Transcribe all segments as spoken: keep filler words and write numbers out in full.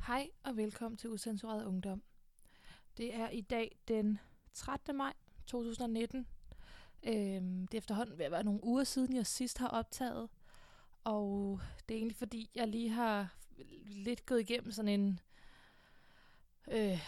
Hej og velkommen til Ucensureret Ungdom. Det er i dag den trettende maj to tusind og nitten. Øhm, det er efterhånden ved at være nogle uger siden, jeg sidst har optaget. Og det er egentlig fordi, jeg lige har lidt gået igennem sådan en... Øh,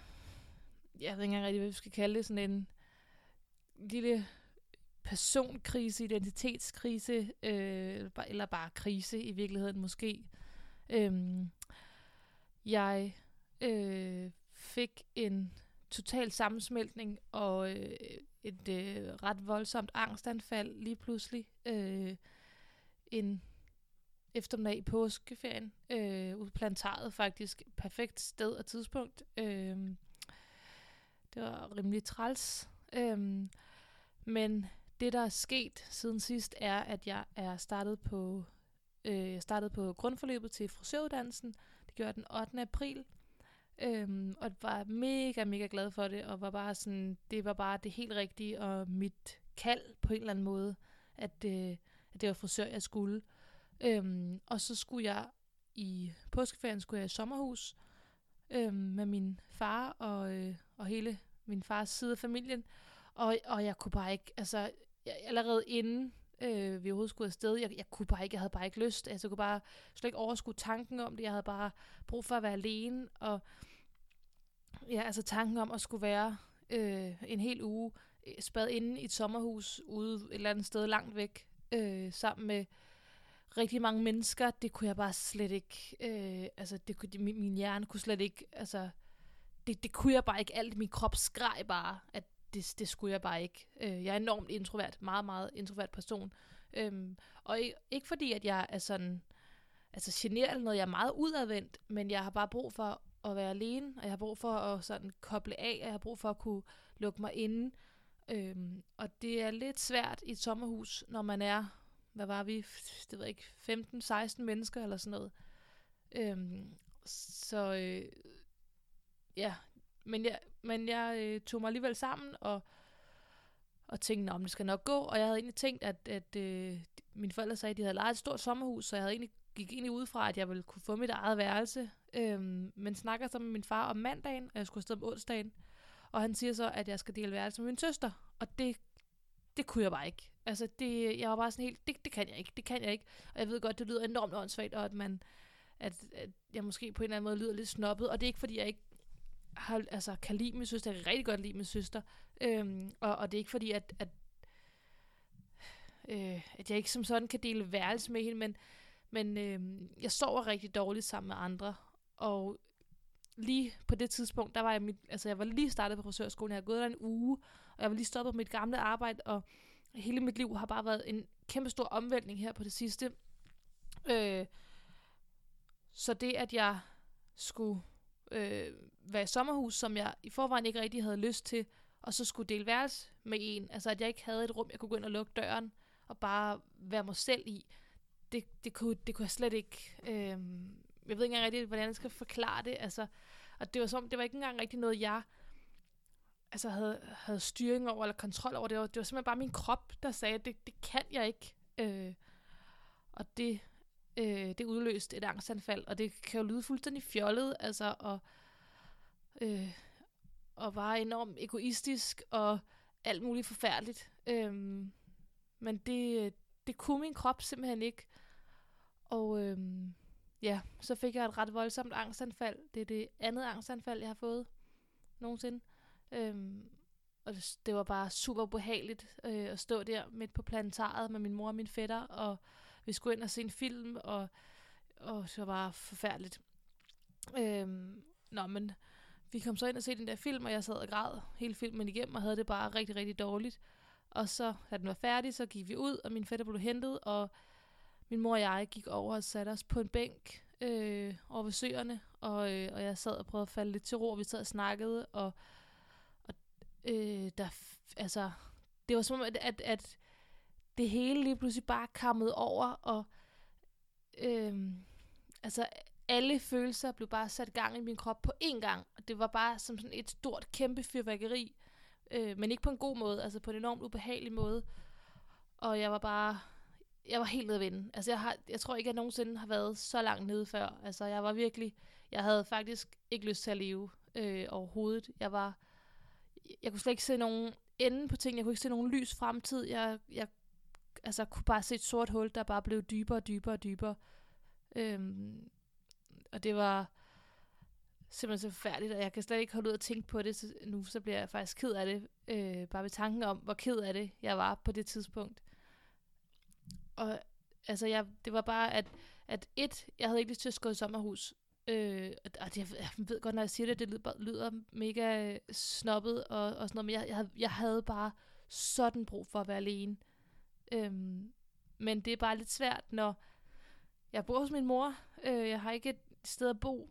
jeg ved ikke engang rigtig, hvad vi skal kalde det. Sådan en lille personkrise, identitetskrise. Øh, eller bare krise i virkeligheden måske. Øhm, jeg... Øh, fik en total sammensmeltning og øh, et øh, ret voldsomt angstanfald lige pludselig øh, en eftermiddag i påskeferien øh, ude på plantaret, faktisk perfekt sted og tidspunkt. Øh, det var rimelig træls. Øh, men det, der er sket siden sidst, er, at jeg er startet på, øh, startet på grundforløbet til frisøruddannelsen. Det gjorde jeg den ottende april. Øhm, og var mega, mega glad for det, og var bare sådan, det var bare det helt rigtige, og mit kald på en eller anden måde, at, øh, at det var frisør, jeg skulle. Øhm, og så skulle jeg i påskeferien, skulle jeg i sommerhus øhm, med min far og, øh, og hele min fars side af familien, og, og jeg kunne bare ikke, altså jeg, allerede inden øh, vi overhovedet skulle afsted, jeg, jeg kunne bare ikke, jeg havde bare ikke lyst, altså jeg kunne bare slet ikke overskue tanken om det, jeg havde bare brug for at være alene, og ja, altså tanken om at skulle være øh, en hel uge spadet inde i et sommerhus ude et eller andet sted langt væk, øh, sammen med rigtig mange mennesker, det kunne jeg bare slet ikke, øh, altså det kunne, det, min, min hjerne kunne slet ikke, altså det, det kunne jeg bare ikke, alt min krop skreg bare, at det, det skulle jeg bare ikke. Øh, jeg er enormt introvert, meget, meget introvert person, øhm, og ikke, ikke fordi, at jeg er sådan, altså generet eller noget, jeg er meget udadvendt, men jeg har bare brug for at være alene, og jeg har brug for at sådan koble af, og jeg har brug for at kunne lukke mig inde. Øhm, og det er lidt svært i et sommerhus, når man er, hvad var vi, det ved jeg ikke, femten seksten mennesker eller sådan noget. Øhm, så øh, ja, men jeg, men jeg øh, tog mig alligevel sammen, og, og tænkte, om det skal nok gå, og jeg havde egentlig tænkt, at, at øh, mine forældre sagde, at de havde lejet et stort sommerhus, så jeg havde egentlig gik egentlig ud fra, at jeg ville kunne få mit eget værelse, øhm, men snakker så med min far om mandagen, og jeg skulle afsted om onsdagen, og han siger så, at jeg skal dele værelse med min søster, og det, det kunne jeg bare ikke. Altså, det, jeg var bare sådan helt, det, det kan jeg ikke, det kan jeg ikke, og jeg ved godt, det lyder enormt åndssvagt, og at man, at, at jeg måske på en eller anden måde lyder lidt snobbet, og det er ikke, fordi jeg ikke har, altså, kan lide min søster, jeg kan rigtig godt lide min søster, øhm, og, og det er ikke fordi, at, at, øh, at jeg ikke som sådan kan dele værelse med hende, men Men øh, jeg sover rigtig dårligt sammen med andre, og lige på det tidspunkt, der var jeg, mit, altså jeg var lige startet på frisørskolen, jeg havde gået der en uge, og jeg var lige stoppet på mit gamle arbejde, og hele mit liv har bare været en kæmpe stor omvæltning her på det sidste. Øh, så det, at jeg skulle øh, være i sommerhus, som jeg i forvejen ikke rigtig havde lyst til, og så skulle dele værelse med en, altså at jeg ikke havde et rum, jeg kunne gå ind og lukke døren, og bare være mig selv i, Det, det, kunne, det kunne jeg slet ikke. Øhm, jeg ved ikke engang rigtig, hvordan jeg skal forklare det. Altså, og det var som, det var ikke engang rigtig noget, jeg altså, havde, havde styring over eller kontrol over. Det var, det var simpelthen bare min krop, der sagde, at det, det kan jeg ikke. Øh, og det, øh, det udløste et angstanfald. Og det kan jo lyde fuldstændig fjollet. Altså, og, øh, og var enormt egoistisk og alt muligt forfærdeligt. Øh, men det, det kunne min krop simpelthen ikke. Og øhm, ja, så fik jeg et ret voldsomt angstanfald. Det er det andet angstanfald, jeg har fået nogensinde. Øhm, og det, det var bare super behageligt øh, at stå der midt på plantaret med min mor og min fætter, og vi skulle ind og se en film, og, og det var bare forfærdeligt. Øhm, nå, men vi kom så ind og se den der film, og jeg sad og græd hele filmen igennem, og havde det bare rigtig, rigtig dårligt. Og så, da den var færdig, så gik vi ud, og min fætter blev hentet, og min mor og jeg gik over og satte os på en bænk øh, over ved søerne, og, øh, og jeg sad og prøvede at falde lidt til ro, og vi sad og snakkede, og, og øh, der, altså, det var som om, at, at, at det hele lige pludselig bare kammede over, og øh, altså, alle følelser blev bare sat i gang i min krop på én gang, og det var bare som sådan et stort, kæmpe fyrværkeri, øh, men ikke på en god måde, altså på en enormt ubehagelig måde, og jeg var bare jeg var helt nede at vinde. Altså, jeg, har, jeg tror ikke, at jeg nogensinde har været så langt nede før. Altså, jeg var virkelig... Jeg havde faktisk ikke lyst til at leve øh, overhovedet. Jeg var... Jeg kunne slet ikke se nogen ende på ting. Jeg kunne ikke se nogen lys fremtid. Jeg, jeg altså, kunne bare se et sort hul, der bare blev dybere og dybere og dybere. Øhm, og det var simpelthen så forfærdeligt, og jeg kan slet ikke holde ud at tænke på det så nu, så bliver jeg faktisk ked af det. Øh, bare ved tanken om, hvor ked af det jeg var på det tidspunkt. Og altså, jeg, det var bare, at, at et, jeg havde ikke lyst til at skrive i sommerhus. Øh, og det, jeg ved godt, når jeg siger det, det lyder, lyder mega snobbet og, og sådan noget, men jeg, jeg, havde, jeg havde bare sådan brug for at være alene. Øhm, men det er bare lidt svært, når jeg bor hos min mor. Øh, jeg har ikke et sted at bo.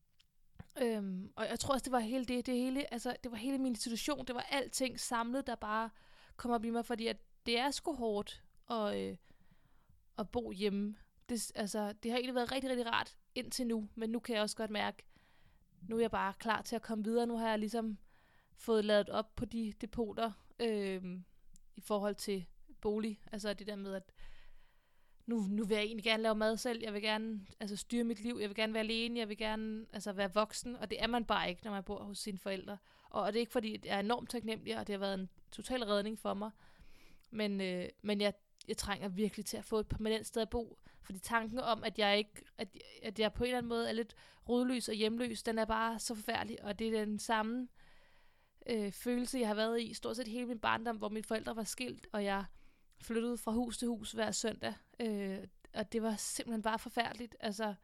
Øhm, og jeg tror også, det var hele det, det hele, altså det var hele min institution, det var alting samlet, der bare kom op i mig, fordi at det er sgu hårdt at, øh, at bo hjemme. Det, altså, det har egentlig været rigtig, rigtig rart indtil nu, men nu kan jeg også godt mærke, nu er jeg bare klar til at komme videre. Nu har jeg ligesom fået lavet op på de depoter øh, i forhold til bolig. Altså det der med, at nu, nu vil jeg egentlig gerne lave mad selv. Jeg vil gerne altså, styre mit liv. Jeg vil gerne være alene. Jeg vil gerne altså, være voksen. Og det er man bare ikke, når man bor hos sine forældre. Og, og det er ikke, fordi jeg er enormt taknemmelig, og det har været en total redning for mig. Men, øh, men jeg, jeg trænger virkelig til at få et permanent sted at bo. Fordi tanken om, at jeg ikke, at, at jeg på en eller anden måde er lidt rodløs og hjemløs, den er bare så forfærdelig. Og det er den samme øh, følelse, jeg har været i stort set hele min barndom, hvor mine forældre var skilt, og jeg flyttede fra hus til hus hver søndag. Øh, og det var simpelthen bare forfærdeligt. Altså,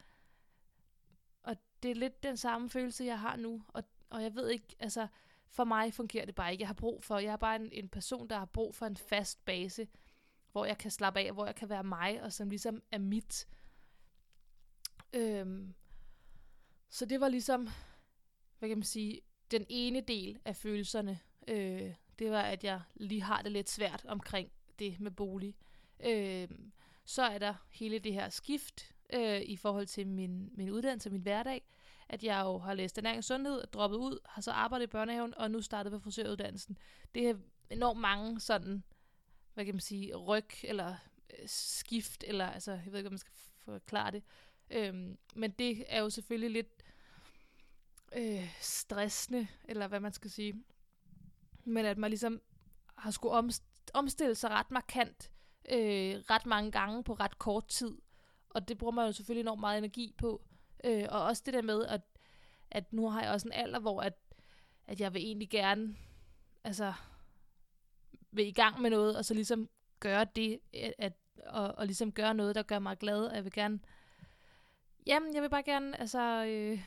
og det er lidt den samme følelse, jeg har nu. Og, og jeg ved ikke, altså for mig fungerer det bare ikke. Jeg har brug for, jeg er bare en, en person, der har brug for en fast base, hvor jeg kan slappe af, hvor jeg kan være mig, og som ligesom er mit. Øhm, så det var ligesom, hvad kan man sige, den ene del af følelserne. Øh, det var, at jeg lige har det lidt svært omkring det med bolig. Øh, så er der hele det her skift øh, i forhold til min, min uddannelse og min hverdag, at jeg jo har læst ernæring og sundhed, droppet ud, har så arbejdet i børnehaven, og nu startet på frisøruddannelsen. Det er enormt mange sådan, hvad kan man sige, ryg eller øh, skift, eller altså, jeg ved ikke, om man skal forklare det. Øhm, men det er jo selvfølgelig lidt øh, stressende, eller hvad man skal sige. Men at man ligesom har skulle omst- omstille sig ret markant, øh, ret mange gange på ret kort tid. Og det bruger man jo selvfølgelig enormt meget energi på. Øh, og også det der med, at, at nu har jeg også en alder, hvor at, at jeg vil egentlig gerne, altså, vil i gang med noget, og så ligesom gøre det, at, og, og ligesom gøre noget, der gør mig glad. Og jeg vil gerne, jamen, jeg vil bare gerne, altså, øh,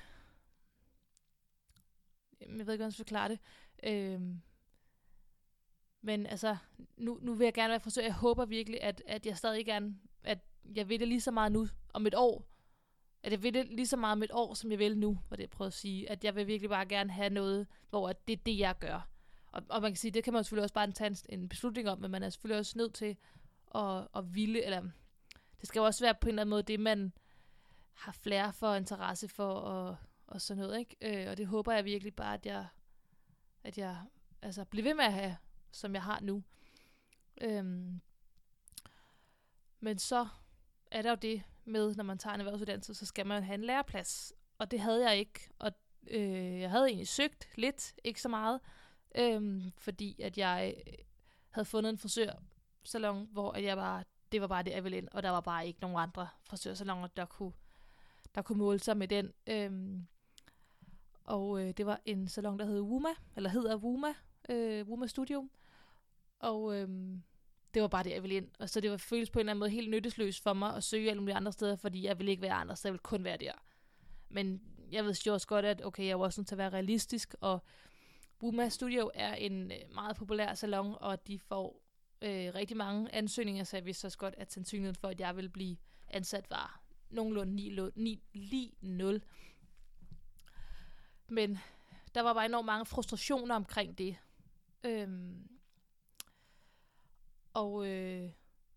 jeg ved ikke, hvordan jeg skal forklare det. Øh, men altså, nu, nu vil jeg gerne være frisør. Jeg håber virkelig, at, at jeg stadig gerne, at jeg vil det lige så meget nu, om et år. At jeg vil det lige så meget om et år, som jeg vil nu, var det jeg prøvede at sige. At jeg vil virkelig bare gerne have noget, hvor at det er det, jeg gør. Og, og man kan sige, det kan man selvfølgelig også bare tage en, en beslutning om, men man er selvfølgelig også nødt til at, at ville, eller det skal jo også være på en eller anden måde det, man har flere for interesse for, og, og sådan noget, ikke? Øh, og det håber jeg virkelig bare, at jeg, at jeg altså, bliver ved med at have, som jeg har nu. Øhm, men så er der jo det med, når man tager en erhvervsuddannelse, så skal man have en læreplads. Og det havde jeg ikke. Og øh, jeg havde egentlig søgt lidt, ikke så meget, øhm, fordi at jeg havde fundet en frisørsalon, hvor jeg bare, det var bare det, jeg ville ind, og der var bare ikke nogen andre frisørsaloner, der kunne, der kunne måle sig med den. Øhm, og øh, det var en salon, der hed Wuma, eller hedder Wuma, øh, Wuma Studio. Og øhm, det var bare det, jeg ville ind. Og så det var føles på en eller anden måde helt nyttesløst for mig at søge alle mulige andre steder, fordi jeg ville ikke være andre, så jeg ville kun være der. Men jeg ved jo også godt, at okay, jeg var også nødt til at være realistisk, og Wuma Studio er en øh, meget populær salon, og de får øh, rigtig mange ansøgninger, så jeg vidste også godt, at sandsynligheden for, at jeg ville blive ansat, var nogenlunde ni nul. Men der var bare enormt mange frustrationer omkring det. Øhm, og øh,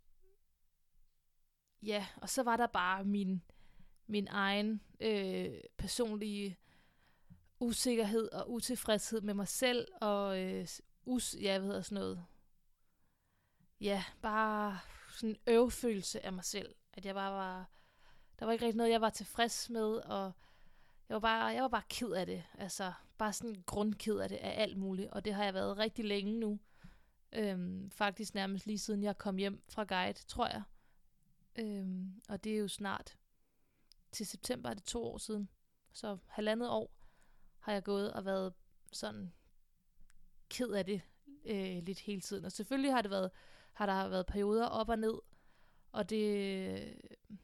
ja, og så var der bare min, min egen øh, personlige usikkerhed og utilfredshed med mig selv, og øh, us, ja, hvad hedder sådan noget, ja, bare sådan en øvfølelse af mig selv. At jeg bare var, der var ikke rigtig noget, jeg var tilfreds med, og jeg var bare, jeg var bare ked af det. Altså, bare sådan grundked af det, af alt muligt. Og det har jeg været rigtig længe nu. Øhm, faktisk nærmest lige siden jeg kom hjem fra guide, tror jeg. Øhm, og det er jo snart, til september er det to år siden. Så halvandet år har jeg gået og været sådan ked af det øh, lidt hele tiden. Og selvfølgelig har det været, har der været perioder op og ned, og det,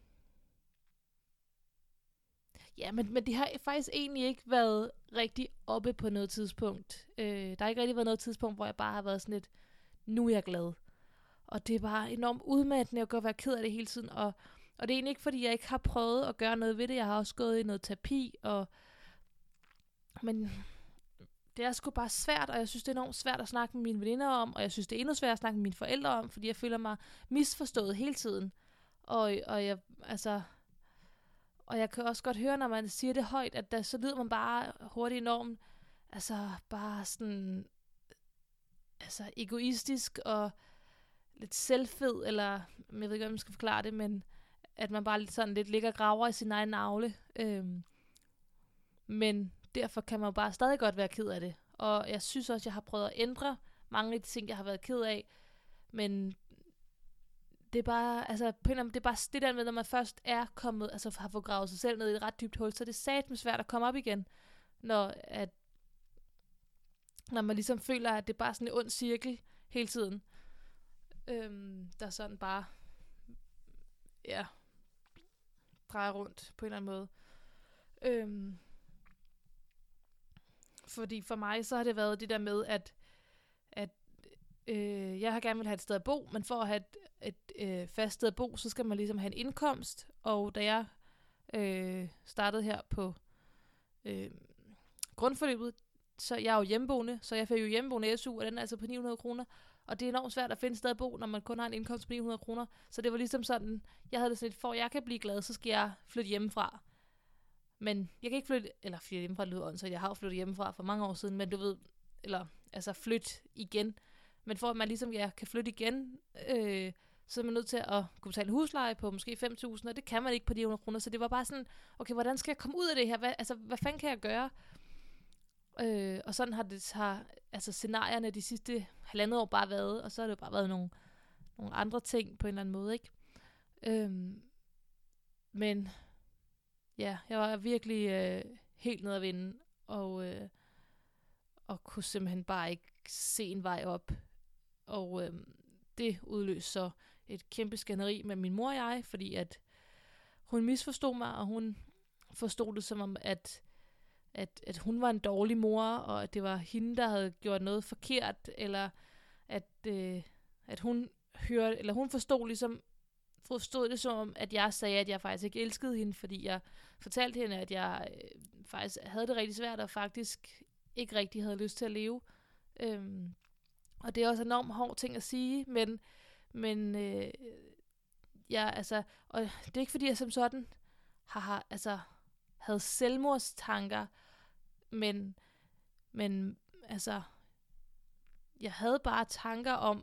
ja, men, men det har faktisk egentlig ikke været rigtig oppe på noget tidspunkt. Øh, der har ikke rigtig været noget tidspunkt, hvor jeg bare har været sådan lidt, nu er jeg glad. Og det er bare enormt udmattende at gå og være ked af det hele tiden. Og, og det er egentlig ikke, fordi jeg ikke har prøvet at gøre noget ved det. Jeg har også gået i noget terapi, og men det er sgu bare svært, og jeg synes, det er enormt svært at snakke med mine veninder om, og jeg synes, det er endnu sværere at snakke med mine forældre om, fordi jeg føler mig misforstået hele tiden. Og, og jeg, altså, og jeg kan også godt høre, når man siger det højt, at der, så lyder man bare hurtigt enormt, altså bare sådan, altså egoistisk og lidt selvfed, eller jeg ved ikke, om jeg skal forklare det, men at man bare lidt sådan lidt ligger og graver i sin egen navle. Øhm, men derfor kan man jo bare stadig godt være ked af det. Og jeg synes også, jeg har prøvet at ændre mange af de ting, jeg har været ked af. Men det er bare, altså på en eller anden, det er bare det der med, når man først er kommet, altså har fået gravet sig selv ned i et ret dybt hul, så er det satme svært at komme op igen, når, at, når man ligesom føler, at det er bare sådan en ond cirkel hele tiden. Øhm, der sådan bare, ja, drejer rundt på en eller anden måde. Øhm, fordi for mig, så har det været det der med, at, at øh, jeg har gerne vil have et sted at bo, men for at have et, et øh, fast sted at bo, så skal man ligesom have en indkomst. Og da jeg øh, startede her på øh, grundforløbet, så jeg er jo hjemmeboende, så jeg fik jo hjemmeboende S U, og den er altså på ni hundrede kroner. Og det er enormt svært at finde et sted at bo, når man kun har en indkomst på ni hundrede kroner. Så det var ligesom sådan, jeg havde det sådan lidt, for at jeg kan blive glad, så skal jeg flytte hjemmefra. Men jeg kan ikke flytte, eller flytte hjemmefra, det lyder åndssvagt, jeg har jo flyttet hjemmefra for mange år siden, men du ved, eller altså flytte igen. Men for at man ligesom ja, kan flytte igen, øh, så er man nødt til at kunne betale husleje på måske fem tusind, og det kan man ikke på de hundrede kroner. Så det var bare sådan, okay, hvordan skal jeg komme ud af det her? Hvad, altså, hvad fanden kan jeg gøre? Øh, og sådan har det har, altså scenarierne de sidste halvandet år bare været, og så har det jo bare været nogle, nogle andre ting på en eller anden måde, ikke? Øhm, men ja, jeg var virkelig øh, helt nede at vinde, og, øh, og kunne simpelthen bare ikke se en vej op. Og øh, det udløste så et kæmpe skænderi med min mor og jeg, fordi at hun misforstod mig, og hun forstod det som om, at, at, at hun var en dårlig mor, og at det var hende, der havde gjort noget forkert, eller at, øh, at hun hørte, eller hun forstod ligesom, forstod det som om, at jeg sagde, at jeg faktisk ikke elskede hende, fordi jeg fortalte hende, at jeg øh, faktisk havde det rigtig svært, og faktisk ikke rigtig havde lyst til at leve. Øhm, og det er også en enormt hård ting at sige, men, men øh, jeg, altså, og det er ikke fordi, jeg som sådan har, har altså, havde selvmordstanker, men, men altså, jeg havde bare tanker om,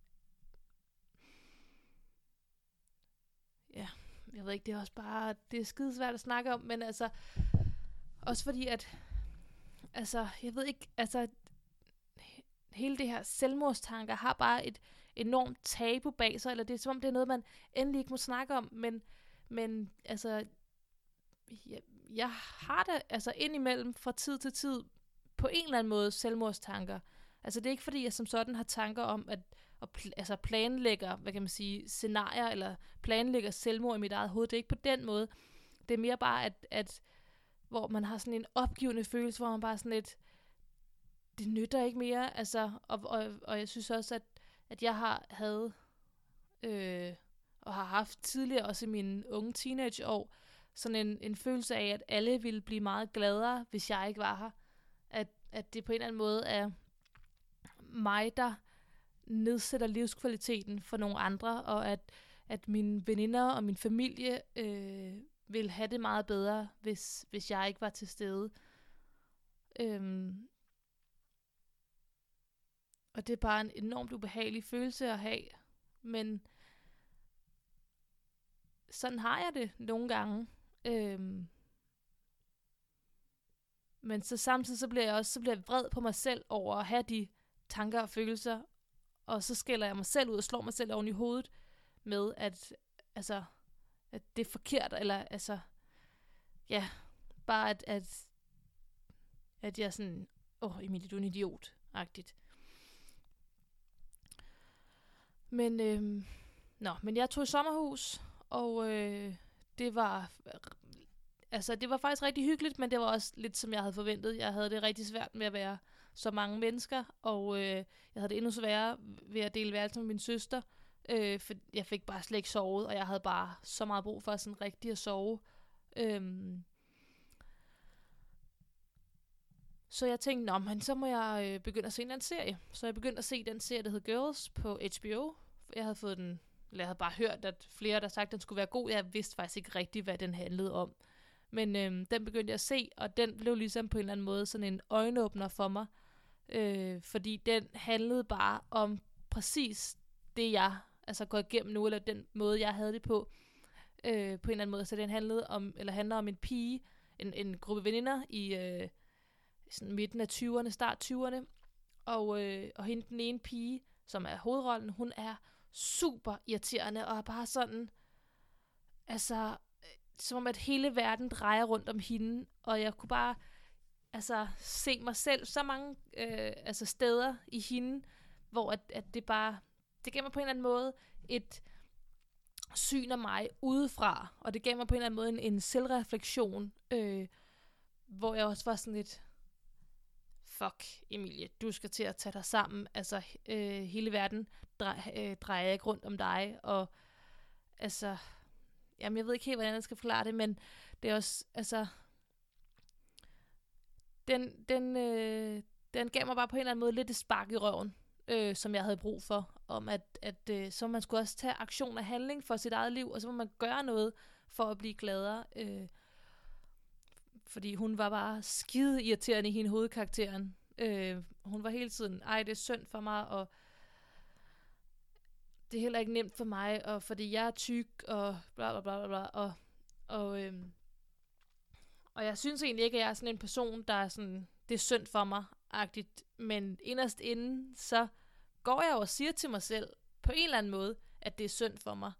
ja, jeg ved ikke, det er også bare, det er skidesvært at snakke om, men altså, også fordi at, altså, jeg ved ikke, altså, hele det her selvmordstanker har bare et enormt tabu bag sig, eller det er som om, det er noget, man endelig ikke må snakke om, men, men altså, jeg, jeg har det altså indimellem fra tid til tid, på en eller anden måde, selvmordstanker. Altså, det er ikke fordi, jeg som sådan har tanker om, at og pl- altså planlægger, hvad kan man sige, scenarier, eller planlægger selvmord i mit eget hoved. Det er ikke på den måde. Det er mere bare, at, at hvor man har sådan en opgivende følelse, hvor man bare sådan lidt, det nytter ikke mere, altså, og, og, og jeg synes også, at, at jeg har havde, øh, og har haft tidligere, også i mine unge teenageår, sådan en, en følelse af, at alle ville blive meget gladere, hvis jeg ikke var her. At, at det på en eller anden måde er mig, der nedsætter livskvaliteten for nogle andre, og at, at mine veninder og min familie øh, vil have det meget bedre, hvis, hvis jeg ikke var til stede. Øhm, og det er bare en enormt ubehagelig følelse at have, men, sådan har jeg det nogle gange. Øhm, men så samtidig så bliver jeg også så bliver jeg vred på mig selv over at have de tanker og følelser, og så skælder jeg mig selv ud og slår mig selv oven i hovedet med, at, altså, at det er forkert, eller altså, ja, bare at, at, at jeg er sådan, åh, oh, Emilie, du er en idiot-agtigt. Men, øhm, nå, men jeg tog i sommerhus, og øh, det var, altså, det var faktisk rigtig hyggeligt, men det var også lidt, som jeg havde forventet. Jeg havde det rigtig svært med at være så mange mennesker, og øh, jeg havde det endnu sværere ved at dele værelse med min søster, øh, for jeg fik bare slet ikke sovet, og jeg havde bare så meget brug for sådan rigtig at sove. Øhm. Så jeg tænkte, nå, men så må jeg øh, begynde at se en anden serie. Så jeg begyndte at se den serie, der hed Girls på H B O. Jeg havde fået den, eller jeg havde bare hørt, at flere, der sagt, at den skulle være god. Jeg vidste faktisk ikke rigtigt, hvad den handlede om. Men øhm, den begyndte jeg at se, og den blev ligesom på en eller anden måde sådan en øjenåbner for mig. Øh, fordi den handlede bare om præcis det, jeg altså går igennem nu, eller den måde, jeg havde det på. Øh, på en eller anden måde. Så den handlede om, eller handler om en pige, en, en gruppe veninder i øh, sådan midten af tyverne, start tyverne. Og, øh, og hende, den ene pige, som er hovedrollen, hun er super irriterende, og er bare sådan, altså, som om at hele verden drejer rundt om hende, og jeg kunne bare altså se mig selv så mange øh, altså steder i hende, hvor at, at det bare, det gav mig på en eller anden måde et syn af mig udefra, og det gav mig på en eller anden måde en, en selvreflektion, øh, hvor jeg også var sådan lidt, fuck Emilie, du skal til at tage dig sammen, altså øh, hele verden drej, øh, drejer ikke rundt om dig, og altså, jamen jeg ved ikke helt, hvordan jeg skal forklare det, men det er også, altså, den, den, øh, den gav mig bare på en eller anden måde lidt et spark i røven, øh, som jeg havde brug for, om at, at øh, så man skulle også tage aktion og handling for sit eget liv, og så må man gøre noget for at blive gladere, øh, fordi hun var bare skide irriterende i hende hovedkarakteren. Øh, hun var hele tiden, ej det er synd for mig, og det er heller ikke nemt for mig, og fordi jeg er tyk, og bla bla bla bla, og, og, øhm, og jeg synes egentlig ikke, at jeg er sådan en person, der er sådan, det er synd for mig, agtigt, men inderst inden, så går jeg og siger til mig selv, på en eller anden måde, at det er synd for mig.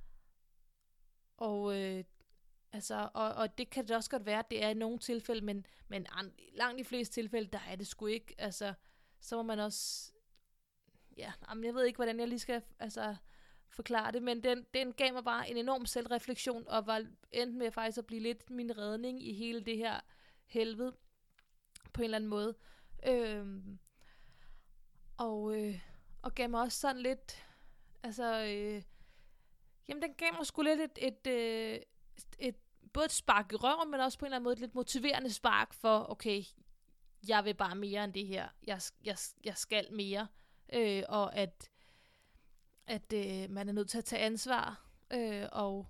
Og, øh, altså, og, og det kan det også godt være, at det er i nogle tilfælde, men, men an, langt de fleste tilfælde, der er det sgu ikke, altså, så må man også, ja, jamen, jeg ved ikke, hvordan jeg lige skal altså, forklare det, men den, den gav mig bare en enorm selvreflektion, og var endt med faktisk at blive lidt min redning i hele det her helvede, på en eller anden måde. Øhm, og, øh, og gav mig også sådan lidt, altså, øh, jamen den gav mig sgu lidt et, et, øh, et, både et spark i røven, men også på en eller anden måde et lidt motiverende spark for, okay, jeg vil bare mere end det her, jeg, jeg, jeg skal mere. Øh, og at, at øh, man er nødt til at tage ansvar, øh, og,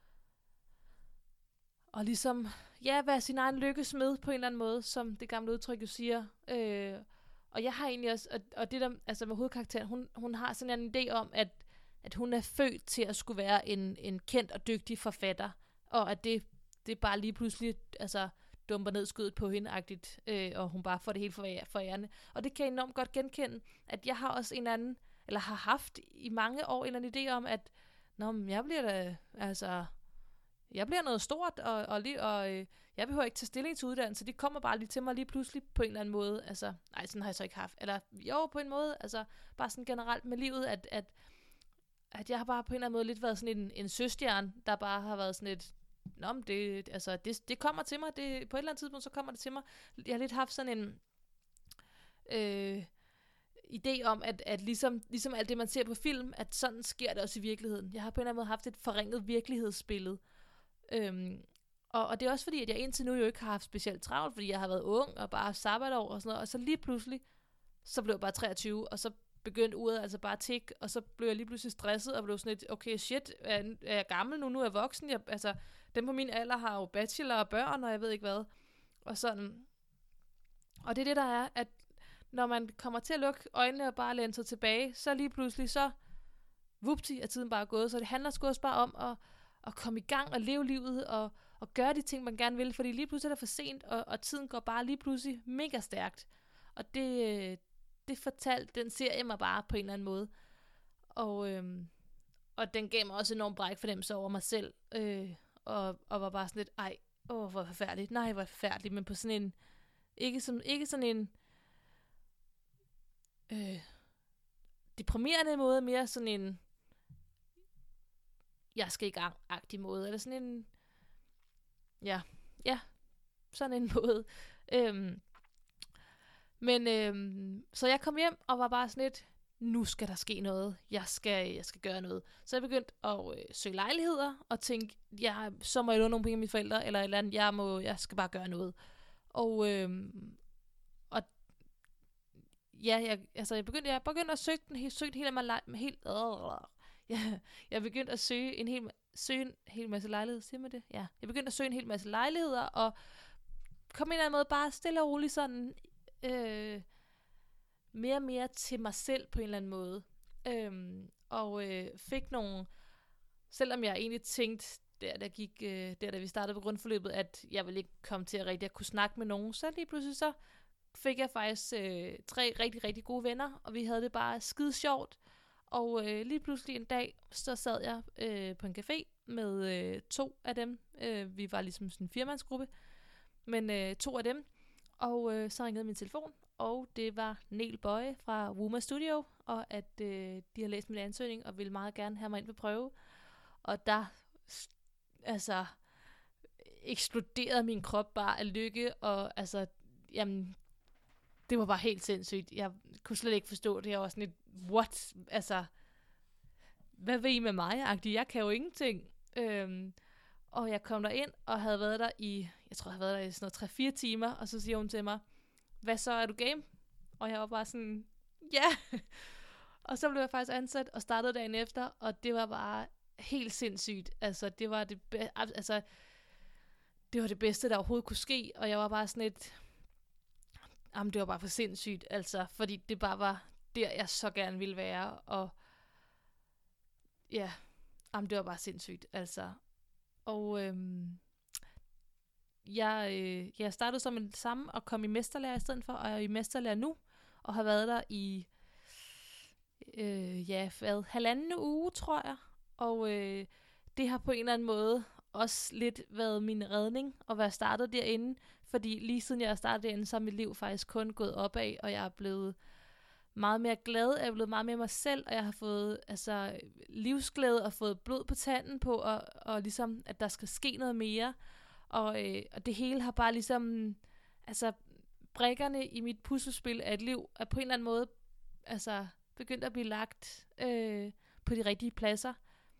og ligesom, ja, være sin egen lykkesmed på en eller anden måde, som det gamle udtryk jo siger. Øh, og jeg har egentlig også, og, og det der, altså med hovedkarakteren, hun, hun har sådan en idé om, at, at hun er født til at skulle være en, en kendt og dygtig forfatter, og at det, det bare lige pludselig, altså, dumper ned skødet på hende-agtigt, øh, og hun bare får det hele for ærende. Og det kan jeg enormt godt genkende, at jeg har også en eller anden, eller har haft i mange år en eller anden idé om, at nå, men jeg bliver da, altså, jeg bliver noget stort, og, og, lige, og øh, jeg behøver ikke tage stilling til uddannelse, det kommer bare lige til mig lige pludselig på en eller anden måde, altså, nej, sådan har jeg så ikke haft, eller jo, på en måde, altså, bare sådan generelt med livet, at, at, at jeg har bare på en eller anden måde lidt været sådan en, en søstjerne, der bare har været sådan et, nå, men det, altså, det, det kommer til mig, det, på et eller andet tidspunkt, så kommer det til mig. Jeg har lidt haft sådan en øh, idé om, at, at ligesom, ligesom alt det, man ser på film, at sådan sker det også i virkeligheden. Jeg har på en eller anden måde haft et forringet virkelighedsbillede. Øhm, og, og det er også fordi, at jeg indtil nu jo ikke har haft specielt travlt, fordi jeg har været ung og bare sabbatår og sådan noget, og så lige pludselig, så blev jeg bare treogtyve, og så begyndte uret altså bare at tikke, og så blev jeg lige pludselig stresset, og blev sådan lidt, okay, shit, er, er jeg gammel nu, nu er jeg voksen, jeg, altså, dem på min alder har jo bachelor og børn, og jeg ved ikke hvad, og sådan, og det er det, der er, at når man kommer til at lukke øjnene og bare læne sig tilbage, så lige pludselig, så, vupti, er tiden bare gået, så det handler sgu også bare om at, at komme i gang og leve livet og, og gøre de ting, man gerne vil, fordi lige pludselig er det for sent, og, og tiden går bare lige pludselig mega stærkt. Og det, det fortalte den serie mig bare på en eller anden måde. Og, øhm, og den gav mig også enormt bræk fornemmelse over mig selv, øh, og, og var bare sådan lidt, ej, åh, hvor forfærdeligt, nej, hvor forfærdeligt, men på sådan en, ikke, som, ikke sådan en øh, deprimerende måde, mere sådan en, jeg skal i gang-agtig måde, eller sådan en, ja, ja, sådan en måde. Øhm, men, øhm, så jeg kom hjem, og var bare sådan lidt, nu skal der ske noget, jeg skal, jeg skal gøre noget. Så jeg begyndte at øh, søge lejligheder, og tænke, ja, så må jeg låne nogle penge af mine forældre, eller et eller andet, jeg, må, jeg skal bare gøre noget. Og, øhm, og ja, jeg, altså jeg begyndte, jeg begyndte at søge den, søge helt af mig, helt, øh, ja, jeg begyndte at søge en hel, søge en hel masse lejligheder, siger man det? Ja, jeg begyndte at søge en hel masse lejligheder, og kom en eller anden måde bare stille og roligt sådan, øh, mere og mere til mig selv på en eller anden måde. Øhm, og øh, fik nogle, selvom jeg egentlig tænkte, der, der, gik, øh, der da vi startede på grundforløbet, at jeg ville ikke komme til at rigtig at kunne snakke med nogen, så lige pludselig så fik jeg faktisk øh, tre rigtig, rigtig gode venner, og vi havde det bare skide sjovt. Og øh, lige pludselig en dag, så sad jeg øh, på en café med øh, to af dem. Øh, vi var ligesom sådan en firmandsgruppe, men øh, to af dem. Og øh, så ringede min telefon, og det var Niel Bøje fra Wuma Studio, og at øh, de har læst min ansøgning, og ville meget gerne have mig ind på prøve. Og der, altså, eksploderede min krop bare af lykke, og altså, jamen, det var bare helt sindssygt. Jeg kunne slet ikke forstå det. Jeg var sådan lidt, what? Altså, hvad vil I med mig? Jeg kan jo ingenting. Øhm, og jeg kom der ind og havde været der i, jeg tror, jeg havde været der i sådan noget tre fire timer, og så siger hun til mig, hvad så, er du game? Og jeg var bare sådan, ja. Yeah. Og så blev jeg faktisk ansat og startede dagen efter, og det var bare helt sindssygt. Altså, det var det, be- altså, det var det bedste, der overhovedet kunne ske, og jeg var bare sådan lidt, jamen, det var bare for sindssygt, altså, fordi det bare var der, jeg så gerne ville være, og ja, jamen, det var bare sindssygt, altså. Og øhm, jeg, øh, jeg startede som en samme og kom i mesterlærer i stedet for, og jeg er i mesterlærer nu, og har været der i, øh, ja, hvad, halvanden uge, tror jeg, og øh, det har på en eller anden måde også lidt været min redning at være startet derinde, fordi lige siden jeg startede derinde, så er mit liv faktisk kun gået opad, og jeg er blevet meget mere glad, jeg er blevet meget mere mig selv, og jeg har fået altså livsglæde og fået blod på tanden på, og, og ligesom, at der skal ske noget mere, og, øh, og det hele har bare ligesom, altså brikkerne i mit puslespil af et liv, er på en eller anden måde, altså begyndt at blive lagt øh, på de rigtige pladser.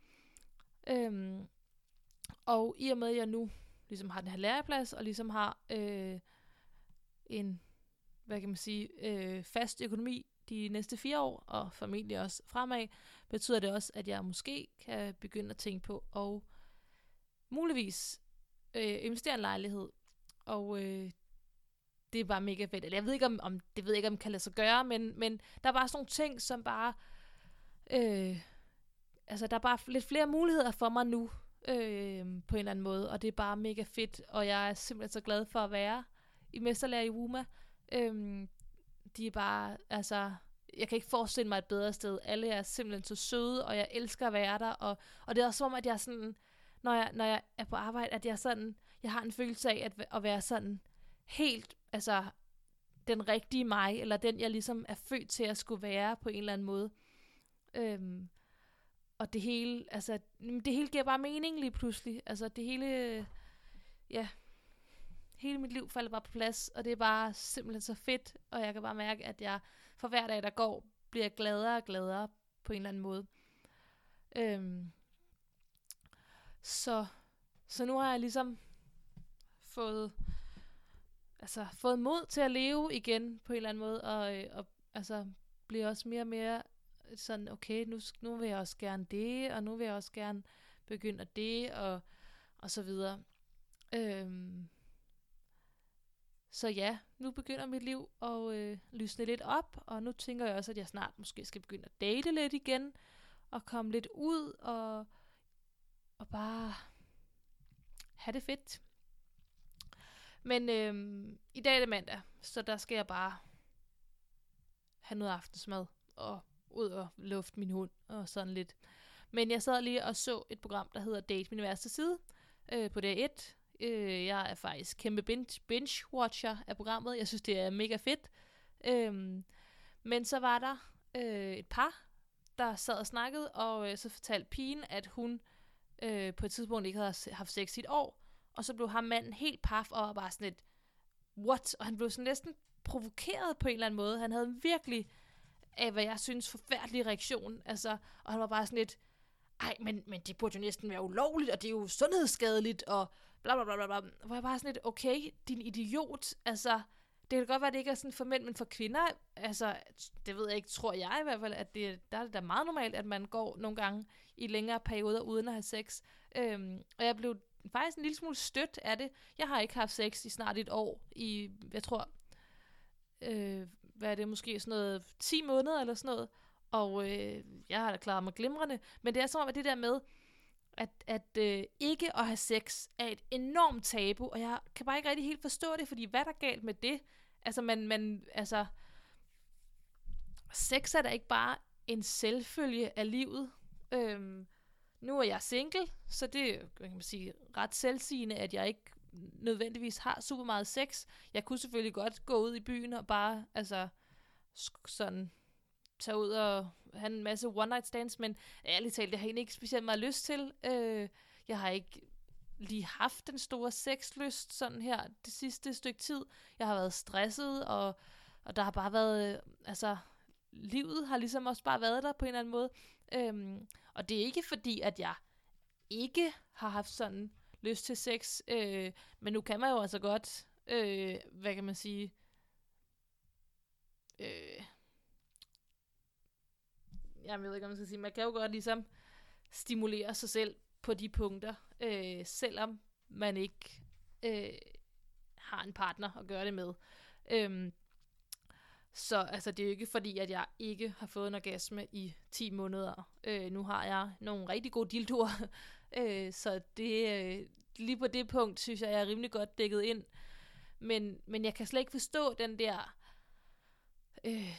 Øhm, og i og med, at jeg nu ligesom har den her læreplads, og ligesom har øh, en, hvad kan man sige, øh, fast økonomi de næste fire år, og formentlig også fremad, betyder det også, at jeg måske kan begynde at tænke på, og muligvis øh, investere i en lejlighed. Og øh, det er bare mega fedt. Jeg ved ikke, om, om det ved jeg ikke, om det kan lade sig gøre, men, men der er bare sådan nogle ting, som bare, øh, altså der er bare lidt flere muligheder for mig nu, øh, på en eller anden måde, og det er bare mega fedt, og jeg er simpelthen så glad for at være i mesterlærer i Wuma. Øh, de er bare, altså, jeg kan ikke forestille mig et bedre sted. Alle er simpelthen så søde, og jeg elsker at være der, og, og det er også som, at jeg sådan, når jeg, når jeg er på arbejde, at jeg sådan, jeg har en følelse af at, at være sådan helt, altså, den rigtige mig, eller den, jeg ligesom er født til at skulle være på en eller anden måde. Øhm, og det hele, altså, det hele giver bare mening lige pludselig. Altså, det hele, ja, hele mit liv falder bare på plads, og det er bare simpelthen så fedt, og jeg kan bare mærke, at jeg for hver dag, der går, bliver gladere og gladere på en eller anden måde. Øhm, så, så nu har jeg ligesom fået, altså, fået mod til at leve igen på en eller anden måde, og, og altså, bliver også mere og mere sådan, okay, nu, nu vil jeg også gerne det, og nu vil jeg også gerne begynde at det, og, og så videre. Øhm, Så ja, nu begynder mit liv at øh, lysne lidt op, og nu tænker jeg også, at jeg snart måske skal begynde at date lidt igen, og komme lidt ud, og, og bare have det fedt. Men øhm, i dag er det mandag, så der skal jeg bare have noget aftensmad og ud og lufte min hund og sådan lidt. Men jeg sad lige og så et program, der hedder Date Min Værste Side øh, på D R et. Øh, jeg er faktisk kæmpe binge- binge-watcher af programmet. Jeg synes, det er mega fedt. Øhm, men så var der øh, et par, der sad og snakkede, og øh, så fortalte pigen, at hun øh, på et tidspunkt ikke havde haft sex i et år. Og så blev ham manden helt paf og var bare sådan et, what? Og han blev sådan næsten provokeret på en eller anden måde. Han havde virkelig, af hvad jeg synes, forfærdelig reaktion. Altså, og han var bare sådan et, ej, men, men det burde jo næsten være ulovligt, og det er jo sundhedsskadeligt, og bla bla bla bla bla. Hvor jeg bare sådan et, okay, din idiot. Altså, det kan godt være, at det ikke er sådan for mænd, men for kvinder, altså, det ved jeg ikke, tror jeg i hvert fald, at det, der er det da meget normalt, at man går nogle gange i længere perioder uden at have sex. Øhm, og jeg blev faktisk en lille smule stødt af det. Jeg har ikke haft sex i snart et år, i, jeg tror, øh, hvad er det, måske sådan noget, ti måneder eller sådan noget, og øh, jeg har da klaret mig glimrende, men det er som om, at det der med, at, at øh, ikke at have sex er et enormt tabu, og jeg kan bare ikke rigtig helt forstå det, fordi hvad er der galt med det? Altså, man, man, altså, sex er da ikke bare en selvfølge af livet. Øhm, nu er jeg single, så det er, kan man sige, ret selvsigende, at jeg ikke nødvendigvis har super meget sex. Jeg kunne selvfølgelig godt gå ud i byen og bare, altså, sådan tage ud og have en masse one night stands, men ærligt talt, det har jeg egentlig ikke specielt meget lyst til. Øh, jeg har ikke lige haft den store sexlyst sådan her det sidste stykke tid. Jeg har været stresset, og, og der har bare været, øh, altså, livet har ligesom også bare været der på en eller anden måde. Øhm, og det er ikke fordi, at jeg ikke har haft sådan lyst til sex, øh, men nu kan man jo altså godt, øh, hvad kan man sige, øh, jeg ved ikke, om man skal sige, man kan jo godt ligesom stimulere sig selv på de punkter, øh, selvom man ikke øh, har en partner at gøre det med. Øhm, så altså, det er jo ikke fordi, at jeg ikke har fået en orgasme i ti måneder. Øh, nu har jeg nogle rigtig gode dildoer, øh, så det, øh, lige på det punkt, synes jeg, jeg er rimelig godt dækket ind. Men, men jeg kan slet ikke forstå den der øh,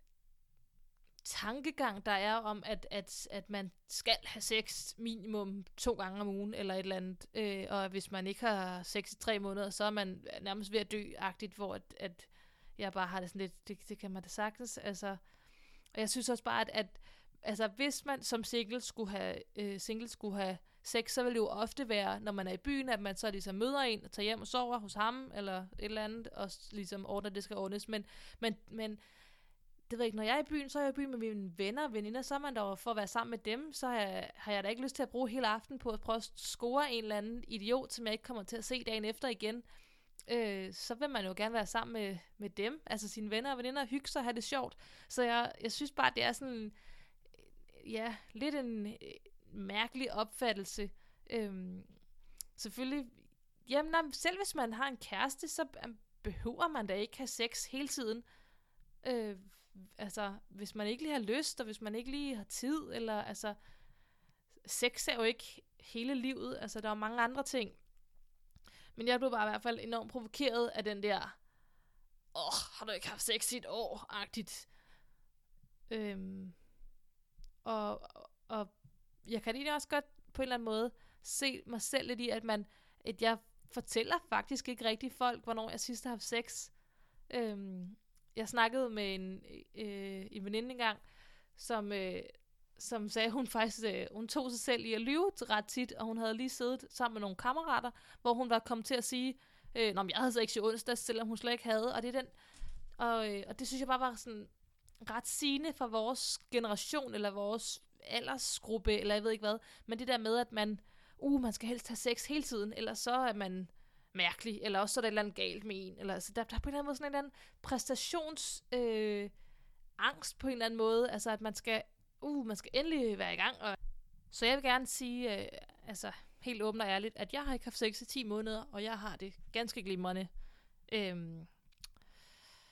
tankegang, der er om, at, at, at man skal have sex minimum to gange om ugen, eller et eller andet. Øh, og hvis man ikke har sex i tre måneder, så er man nærmest ved at dø-agtigt, hvor at, at jeg bare har det sådan lidt, det, det kan man da sagtens. Altså, og jeg synes også bare, at, at altså, hvis man som single skulle have, øh, single skulle have sex, så vil det jo ofte være, når man er i byen, at man så ligesom møder en, og tager hjem og sover hos ham, eller et eller andet, og ligesom ordner, det skal ordnes. Men, men, men det ved jeg ikke, når jeg er i byen, så er jeg i byen med mine venner og veninder, så er man der for at være sammen med dem, så har jeg, har jeg da ikke lyst til at bruge hele aften på at prøve at score en eller anden idiot, som jeg ikke kommer til at se dagen efter igen. Øh, så vil man jo gerne være sammen med, med dem, altså sine venner og veninder, hygge sig og have det sjovt. Så jeg, jeg synes bare, det er sådan, ja, lidt en øh, mærkelig opfattelse. Øhm, selvfølgelig, jamen, nej, selv hvis man har en kæreste, så behøver man da ikke have sex hele tiden. Øh, altså, hvis man ikke lige har lyst, og hvis man ikke lige har tid, eller altså, sex er jo ikke hele livet, altså der er mange andre ting. Men jeg blev bare i hvert fald enormt provokeret af den der, åh, oh, har du ikke haft sex i et år-agtigt. Øhm, og, og jeg kan egentlig også godt på en eller anden måde se mig selv lidt i, at man, at jeg fortæller faktisk ikke rigtig folk, hvornår jeg sidst har haft sex. Øhm, jeg snakkede med en, øh, en veninde engang, som, øh, som sagde, hun faktisk øh, hun tog sig selv i at lyve ret tit, og hun havde lige siddet sammen med nogle kammerater, hvor hun var kommet til at sige, øh, nå, men jeg havde sex i onsdags, selvom hun slet ikke havde, og det er den, og, øh, og det synes jeg bare var sådan ret sigende for vores generation, eller vores aldersgruppe, eller jeg ved ikke hvad, men det der med, at man, uh, man skal helst have sex hele tiden, eller så er man mærkelig, eller også så er der et eller andet galt med en, eller altså, der, der er på en eller anden måde sådan en eller anden præstations øh, angst på en eller anden måde, altså at man skal, uh, man skal endelig være i gang, og så jeg vil gerne sige, øh, altså helt åbent og ærligt, at jeg har ikke haft sex i ti måneder, og jeg har det ganske glimrende. Øhm,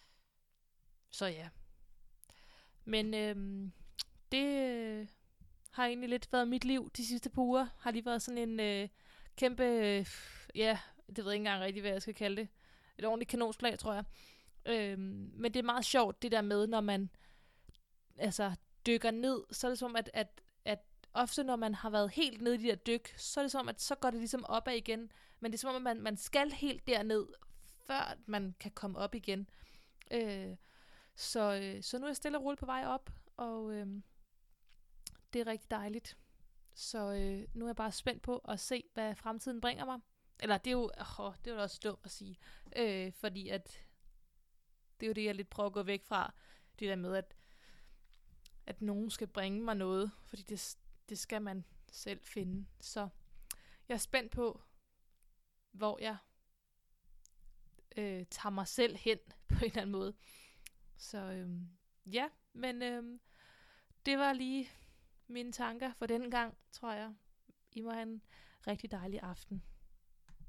så ja. Men øhm, det har egentlig lidt været mit liv de sidste par uger. Har lige været sådan en øh, kæmpe, øh, ja, det ved jeg ikke engang rigtig, hvad jeg skal kalde det. Et ordentligt kanonslag, tror jeg. Øhm, men det er meget sjovt, det der med, når man altså dykker ned, så er det som, at, at, at ofte når man har været helt nede i de der dyk, så er det som, at så går det ligesom opad igen. Men det er som om, at man, man skal helt derned, før man kan komme op igen. Øh, så, øh, så nu er jeg stille og roligt på vej op, og øh, det er rigtig dejligt. Så øh, nu er jeg bare spændt på at se, hvad fremtiden bringer mig. Eller det er jo, åh, det er jo også dumt at sige, øh, fordi at det er jo det, jeg lidt prøver at gå væk fra, det der med, at, at nogen skal bringe mig noget, fordi det, det skal man selv finde. Så jeg er spændt på, hvor jeg øh, tager mig selv hen på en eller anden måde. Så øh, ja, men øh, det var lige mine tanker for denne gang, tror jeg. I må have en rigtig dejlig aften.